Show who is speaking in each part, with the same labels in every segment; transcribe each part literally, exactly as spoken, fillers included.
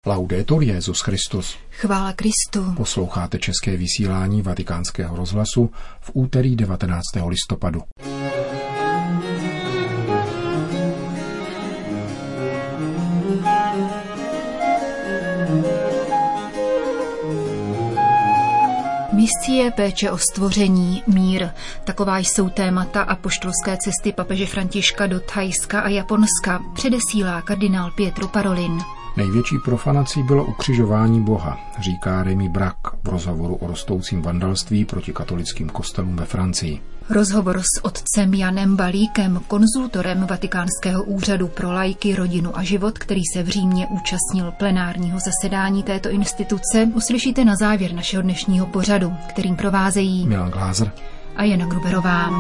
Speaker 1: Laudetur Jesus Christus.
Speaker 2: Chvála Kristu.
Speaker 1: Posloucháte české vysílání Vatikánského rozhlasu v úterý devatenáctého listopadu.
Speaker 2: Misie, péče o stvoření, mír. Taková jsou témata apoštolské cesty papeže Františka do Thajska a Japonska, předesílá kardinál Pietro Parolin.
Speaker 1: Největší profanací bylo ukřižování Boha, říká Rémy Brack v rozhovoru o rostoucím vandalství proti katolickým kostelům ve Francii.
Speaker 2: Rozhovor s otcem Janem Balíkem, konzultorem Vatikánského úřadu pro laiky, rodinu a život, který se v Římě účastnil plenárního zasedání této instituce, uslyšíte na závěr našeho dnešního pořadu, kterým provázejí
Speaker 1: Milan Glázer
Speaker 2: a Jana Gruberová.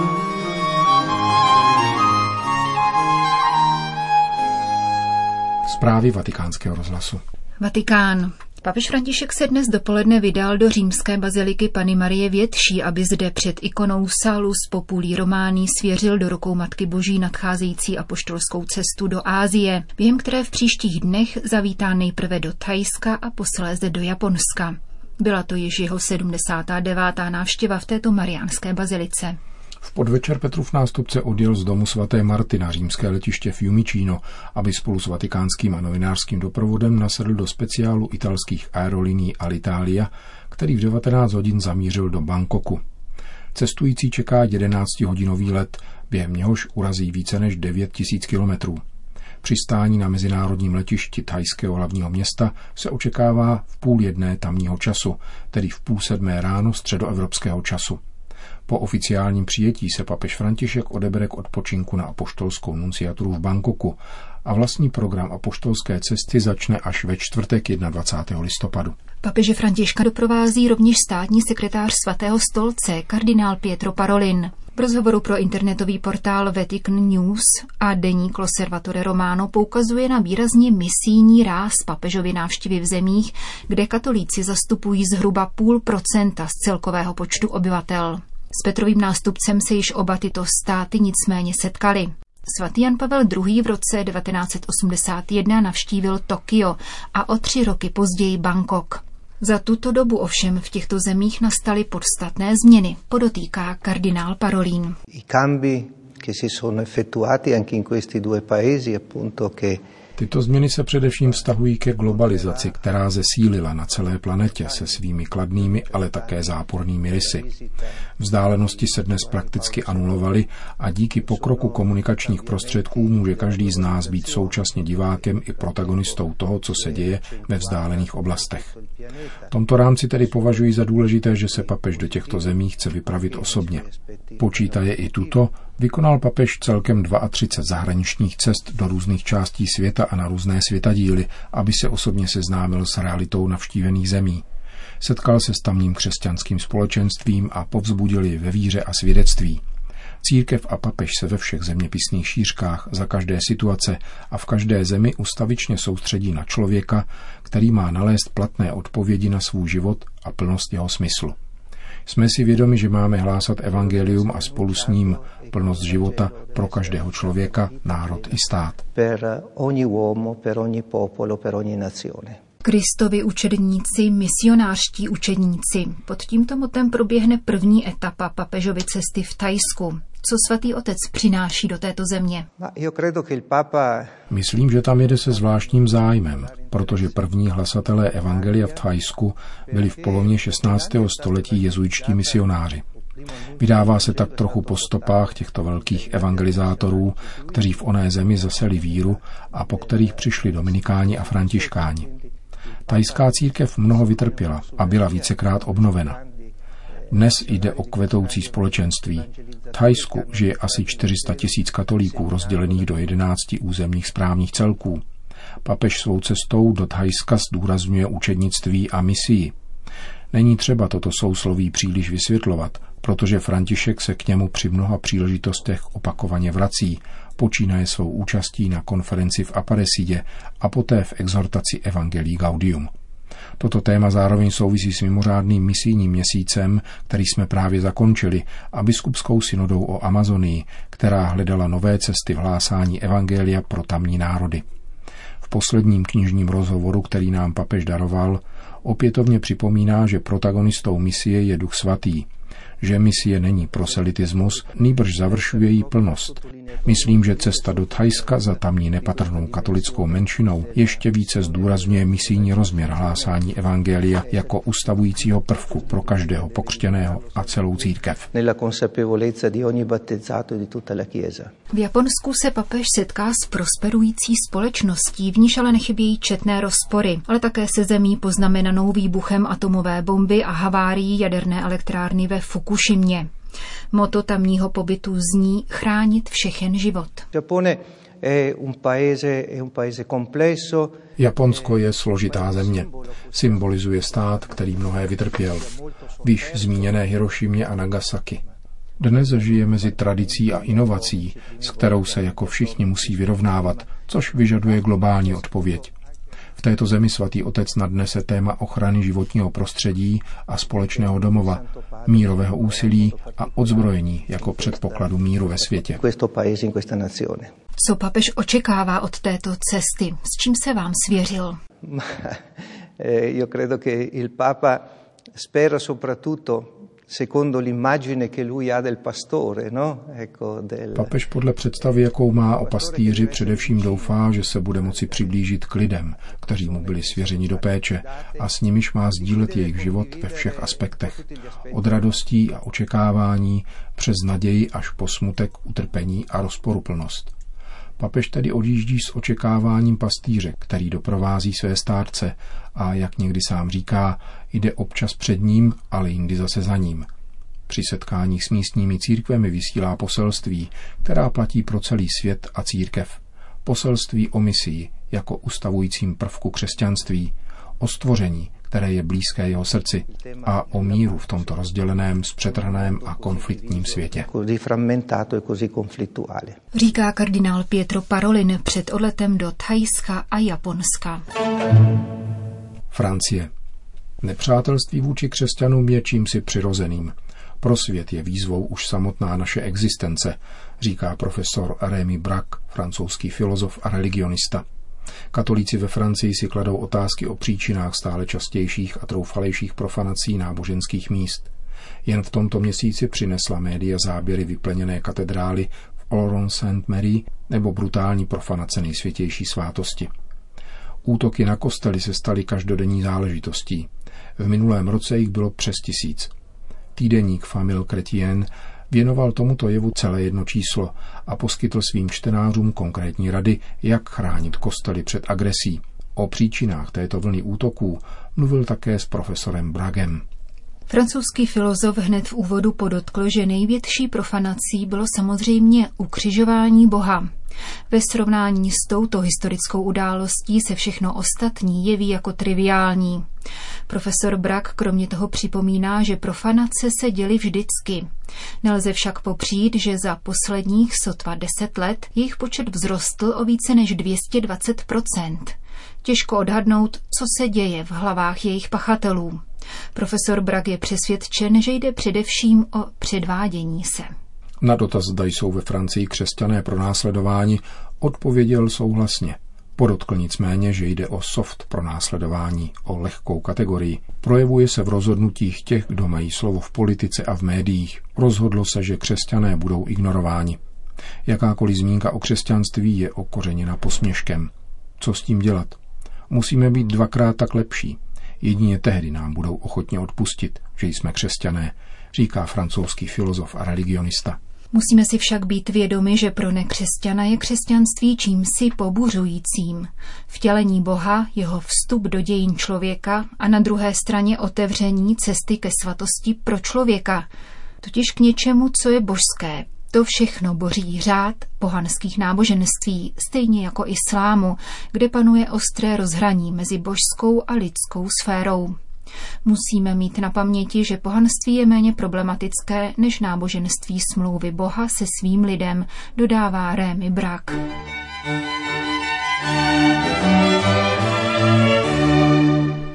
Speaker 1: Zprávy Vatikánského rozhlasu.
Speaker 2: Vatikán. Papež František se dnes dopoledne vydal do římské baziliky Panny Marie Větší, aby zde před ikonou Salus Populi Romani svěřil do rukou Matky Boží nadcházející apoštolskou cestu do Asie, během které v příštích dnech zavítá nejprve do Thajska a posléze do Japonska. Byla to již jeho sedmdesátá devátá návštěva v této mariánské bazilice.
Speaker 1: V podvečer Petrův nástupce odjel z domu svaté Marty na římské letiště Fiumicino, aby spolu s vatikánským a novinářským doprovodem nasedl do speciálu italských aerolinií Alitalia, který v devatenáct hodin zamířil do Bangkoku. Cestující čeká jedenáctihodinový let, během něhož urazí více než devět tisíc kilometrů. Přistání na mezinárodním letišti thajského hlavního města se očekává v půl jedné tamního času, tedy v půl sedmé ráno středoevropského času. Po oficiálním přijetí se papež František odebere k odpočinku na apoštolskou nunciaturu v Bangkoku a vlastní program apoštolské cesty začne až ve čtvrtek dvacátého prvního listopadu.
Speaker 2: Papeže Františka doprovází rovněž státní sekretář Svatého stolce, kardinál Pietro Parolin. V rozhovoru pro internetový portál Vatican News a deník L'Osservatore Romano poukazuje na výrazně misijní ráz papežovy návštěvy v zemích, kde katolíci zastupují zhruba půl procenta z celkového počtu obyvatel. S Petrovým nástupcem se již oba tyto státy nicméně setkali. Svatý Jan Pavel druhý. v roce devatenáct osmdesát jedna navštívil Tokio a o tři roky později Bangkok. Za tuto dobu ovšem v těchto zemích nastaly podstatné změny, podotýká kardinál Parolin.
Speaker 3: I cambi che si sono effettuati anche in questi due paesi, appunto che
Speaker 1: Tyto změny se především vztahují ke globalizaci, která zesílila na celé planetě se svými kladnými, ale také zápornými rysy. Vzdálenosti se dnes prakticky anulovaly a díky pokroku komunikačních prostředků může každý z nás být současně divákem i protagonistou toho, co se děje ve vzdálených oblastech. V tomto rámci tedy považuji za důležité, že se papež do těchto zemí chce vypravit osobně. Počítaje i tuto, vykonal papež celkem třicet dva zahraničních cest do různých částí světa a na různé světadíly, aby se osobně seznámil s realitou navštívených zemí. Setkal se s tamním křesťanským společenstvím a povzbudil ji ve víře a svědectví. Církev a papež se ve všech zeměpisných šířkách za každé situace a v každé zemi ustavičně soustředí na člověka, který má nalézt platné odpovědi na svůj život a plnost jeho smyslu. Jsme si vědomi, že máme hlásat evangelium a spolu s ním plnost života pro každého člověka, národ i stát.
Speaker 3: per ogni uomo, per ogni popolo, per ogni nazione.
Speaker 2: Kristovi učedníci, misionářští učedníci. Pod tímto motem proběhne první etapa papežovy cesty v Thajsku. Co svatý otec přináší do této země?
Speaker 1: Myslím, že tam jede se zvláštním zájmem, protože první hlasatelé evangelia v Thajsku byli v polovině šestnáctého století jezuitští misionáři. Vydává se tak trochu po stopách těchto velkých evangelizátorů, kteří v oné zemi zaseli víru a po kterých přišli dominikáni a františkáni. Thajská církev mnoho vytrpěla a byla vícekrát obnovena. Dnes jde o kvetoucí společenství. V Thajsku žije asi čtyři sta tisíc katolíků rozdělených do jedenácti územních správních celků. Papež svou cestou do Thajska zdůrazňuje učednictví a misii. Není třeba toto sousloví příliš vysvětlovat, protože František se k němu při mnoha příležitostech opakovaně vrací, počínaje svou účastí na konferenci v Aparecidě a poté v exhortaci Evangelii Gaudium. Toto téma zároveň souvisí s mimořádným misijním měsícem, který jsme právě zakončili, a biskupskou synodou o Amazonii, která hledala nové cesty v hlásání evangelia pro tamní národy. V posledním knižním rozhovoru, který nám papež daroval, opětovně připomíná, že protagonistou misie je Duch Svatý, že misie není proselitismus, nýbrž završuje jí plnost. Myslím, že cesta do Thajska za tamní nepatrnou katolickou menšinou ještě více zdůrazňuje misijní rozměr hlásání evangelia jako ustavujícího prvku pro každého pokřtěného a celou církev.
Speaker 2: V Japonsku se papež setká s prosperující společností, v níž ale nechybějí četné rozpory, ale také se zemí poznamenanou výbuchem atomové bomby a havárií jaderné elektrárny ve Fukushimě. Motto tamního pobytu zní chránit všechen život.
Speaker 1: Japonsko je složitá země. Symbolizuje stát, který mnohé vytrpěl. Výš zmíněné Hirošimě a Nagasaki. Dnes žije mezi tradicí a inovací, s kterou se jako všichni musí vyrovnávat, což vyžaduje globální odpověď. V této zemi svatý otec nadnese téma ochrany životního prostředí a společného domova, mírového úsilí a odzbrojení jako předpokladu míru ve světě.
Speaker 2: Co papež očekává od této cesty? S čím se vám svěřil?
Speaker 3: Io credo che il Papa spera soprattutto secondo l'immagine che lui ha del pastore, no? Ecco, del...
Speaker 1: Papež podle představy, jakou má o pastýři, především doufá, že se bude moci přiblížit k lidem, kteří mu byli svěřeni do péče a s nimiž má sdílet jejich život ve všech aspektech. Od radostí a očekávání přes naději až po smutek, utrpení a rozporuplnost. Papež tedy odjíždí s očekáváním pastýře, který doprovází své stárce a, jak někdy sám říká, jde občas před ním, ale jindy zase za ním. Při setkáních s místními církvemi vysílá poselství, která platí pro celý svět a církev. Poselství o misii jako ustavujícím prvku křesťanství, o stvoření, které je blízké jeho srdci, a o míru v tomto rozděleném, zpřetrhaném a konfliktním světě.
Speaker 2: Říká kardinál Pietro Parolin před odletem do Thajska a Japonska.
Speaker 1: Francie. Nepřátelství vůči křesťanům je čímsi přirozeným. Pro svět je výzvou už samotná naše existence, říká profesor Rémy Braque, francouzský filozof a religionista. Katolíci ve Francii si kladou otázky o příčinách stále častějších a troufalejších profanací náboženských míst. Jen v tomto měsíci přinesla média záběry vyplněné katedrály v Oloron-Sainte-Marie nebo brutální profanace nejsvětější svátosti. Útoky na kostely se staly každodenní záležitostí. V minulém roce jich bylo přes tisíc. Týdeník Famille Chrétienne věnoval tomuto jevu celé jedno číslo a poskytl svým čtenářům konkrétní rady, jak chránit kostely před agresí. O příčinách této vlny útoků mluvil také s profesorem Bragem.
Speaker 2: Francouzský filozof hned v úvodu podotkl, že největší profanací bylo samozřejmě ukřižování Boha. Ve srovnání s touto historickou událostí se všechno ostatní jeví jako triviální. Profesor Braque kromě toho připomíná, že profanace se děly vždycky. Nelze však popřít, že za posledních sotva deset let jejich počet vzrostl o více než dvě stě dvacet procent. Těžko odhadnout, co se děje v hlavách jejich pachatelů. Profesor Braque je přesvědčen, že jde především o předvádění se.
Speaker 1: Na dotaz, zda jsou ve Francii křesťané pronásledováni, odpověděl souhlasně. Podotkl nicméně, že jde o soft pronásledování, o lehkou kategorii. Projevuje se v rozhodnutích těch, kdo mají slovo v politice a v médiích. Rozhodlo se, že křesťané budou ignorováni. Jakákoliv zmínka o křesťanství je okořeněna posměškem. Co s tím dělat? Musíme být dvakrát tak lepší. Jedině tehdy nám budou ochotně odpustit, že jsme křesťané, říká francouzský filozof a religionista.
Speaker 2: Musíme si však být vědomi, že pro nekřesťana je křesťanství čímsi pobuřujícím. Vtělení Boha, jeho vstup do dějin člověka a na druhé straně otevření cesty ke svatosti pro člověka, totiž k něčemu, co je božské. To všechno boří řád pohanských náboženství, stejně jako islámu, kde panuje ostré rozhraní mezi božskou a lidskou sférou. Musíme mít na paměti, že pohanství je méně problematické než náboženství smlouvy Boha se svým lidem, dodává Rémy Braque.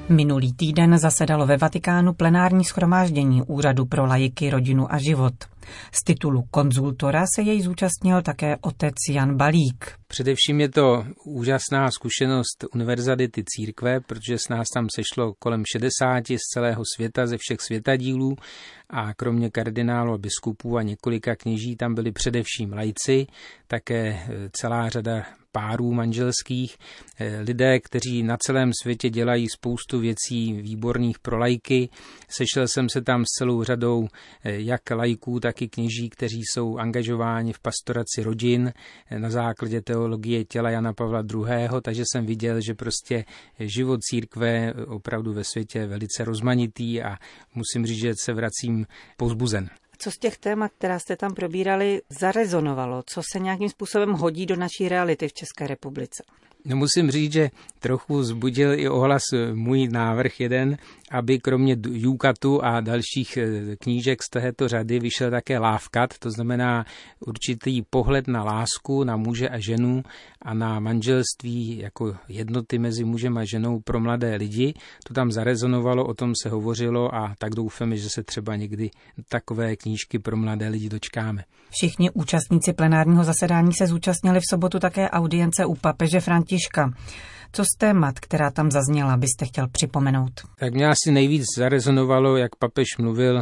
Speaker 4: Minulý týden zasedalo ve Vatikánu plenární shromáždění Úřadu pro laiky, rodinu a život. Z titulu konzultora se jej zúčastnil také otec Jan Balík.
Speaker 5: Především je to úžasná zkušenost univerzality církve, protože s nás tam sešlo kolem šedesáti z celého světa, ze všech světadílů, a kromě kardinálu a biskupů a několika kněží tam byli především laici, také celá řada párů manželských, lidé, kteří na celém světě dělají spoustu věcí výborných pro laiky. Sešel jsem se tam s celou řadou jak laiků, tak i kněží, kteří jsou angažováni v pastoraci rodin na základě teologie těla Jana Pavla druhého., takže jsem viděl, že prostě život církve opravdu ve světě je velice rozmanitý a musím říct, že se vracím povzbuzen.
Speaker 4: Co z těch témat, která jste tam probírali, zarezonovalo? Co se nějakým způsobem hodí do naší reality v České republice?
Speaker 5: No musím říct, že trochu vzbudil i ohlas můj návrh jeden, aby kromě Júkatu a dalších knížek z této řady vyšel také Lávkat, to znamená určitý pohled na lásku, na muže a ženu a na manželství jako jednoty mezi mužem a ženou pro mladé lidi. To tam zarezonovalo, o tom se hovořilo a tak doufáme, že se třeba někdy takové knížky pro mladé lidi dočkáme.
Speaker 4: Všichni účastníci plenárního zasedání se zúčastnili v sobotu také audience u papeže Františka. Co z témat, která tam zazněla, byste chtěl připomenout?
Speaker 5: Tak mě asi nejvíc zarezonovalo, jak papež mluvil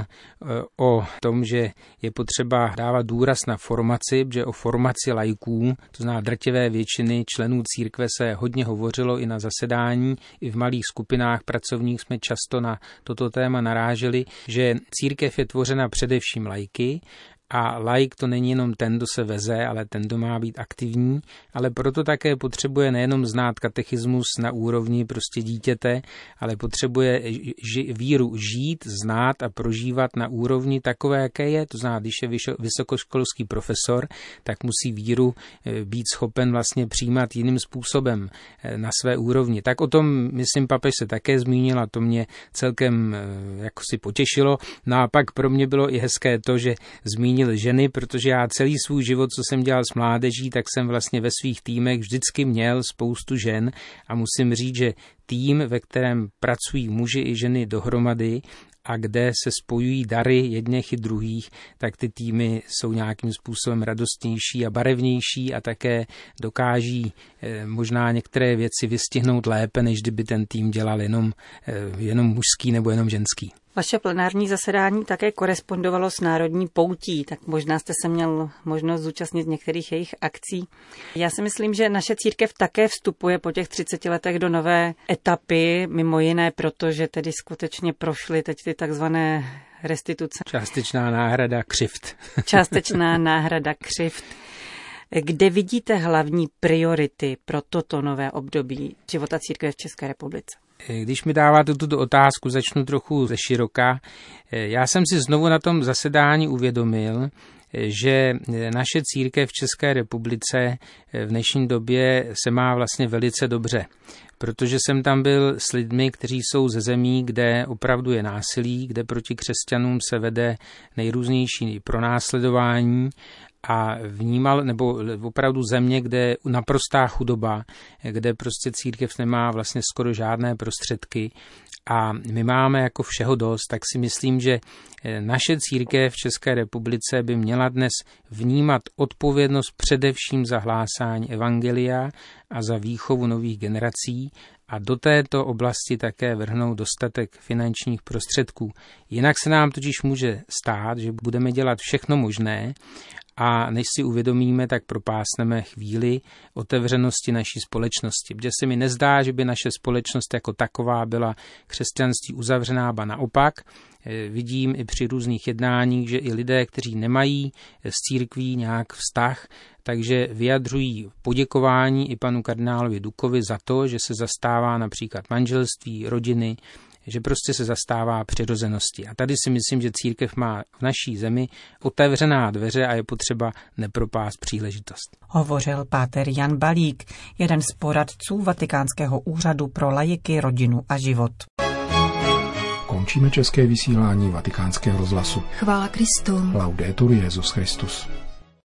Speaker 5: o tom, že je potřeba dávat důraz na formaci, že o formaci laiků, to znamená drtivé většiny členů církve se hodně hovořilo i na zasedání, i v malých skupinách pracovních jsme často na toto téma naráželi, že církev je tvořena především laiky. A laik to není jenom ten, kdo se veze, ale ten, kdo má být aktivní, ale proto také potřebuje nejenom znát katechismus na úrovni prostě dítěte, ale potřebuje ži- víru žít, znát a prožívat na úrovni takové, jaké je. To znamená, když je vysokoškolský profesor, tak musí víru být schopen vlastně přijímat jiným způsobem na své úrovni. Tak o tom, myslím, papež se také zmínil a to mě celkem jako si potěšilo. No a pak pro mě bylo i hezké to, že zmínil ženy, protože já celý svůj život, co jsem dělal s mládeží, tak jsem vlastně ve svých týmech vždycky měl spoustu žen a musím říct, že tým, ve kterém pracují muži i ženy dohromady a kde se spojují dary jedněch i druhých, tak ty týmy jsou nějakým způsobem radostnější a barevnější a také dokáží eh, možná některé věci vystihnout lépe, než kdyby ten tým dělal jenom, eh, jenom mužský nebo jenom ženský.
Speaker 4: Vaše plenární zasedání také korespondovalo s Národní poutí, tak možná jste se měl možnost zúčastnit některých jejich akcí. Já si myslím, že naše církev také vstupuje po těch třiceti letech do nové etapy, mimo jiné proto, že tedy skutečně prošly teď ty takzvané restituce.
Speaker 5: Částečná náhrada křivd. Částečná
Speaker 4: náhrada křivd. Kde vidíte hlavní priority pro toto nové období života církve v České republice?
Speaker 5: Když mi dáváte tuto otázku, začnu trochu ze široka. Já jsem si znovu na tom zasedání uvědomil, že naše církev v České republice v dnešní době se má vlastně velice dobře, protože jsem tam byl s lidmi, kteří jsou ze zemí, kde opravdu je násilí, kde proti křesťanům se vede nejrůznější pronásledování a vnímal, nebo opravdu země, kde je naprostá chudoba, kde prostě církev nemá vlastně skoro žádné prostředky a my máme jako všeho dost, tak si myslím, že naše církev v České republice by měla dnes vnímat odpovědnost především za hlásání evangelia a za výchovu nových generací a do této oblasti také vrhnout dostatek finančních prostředků. Jinak se nám totiž může stát, že budeme dělat všechno možné a než si uvědomíme, tak propásneme chvíli otevřenosti naší společnosti. Protože se mi nezdá, že by naše společnost jako taková byla křesťanství uzavřená, ba naopak. Vidím i při různých jednáních, že i lidé, kteří nemají s církví nějak vztah, takže vyjadřují poděkování i panu kardinálovi Dukovi za to, že se zastává například manželství, rodiny, že prostě se zastává přirozenosti. A tady si myslím, že církev má v naší zemi otevřená dveře a je potřeba nepropást příležitost.
Speaker 4: Hovořil páter Jan Balík, jeden z poradců Vatikánského úřadu pro laiky, rodinu a život.
Speaker 1: Končíme české vysílání Vatikánského rozhlasu.
Speaker 2: Chvála Kristu.
Speaker 1: Laudetur Jesus Christus.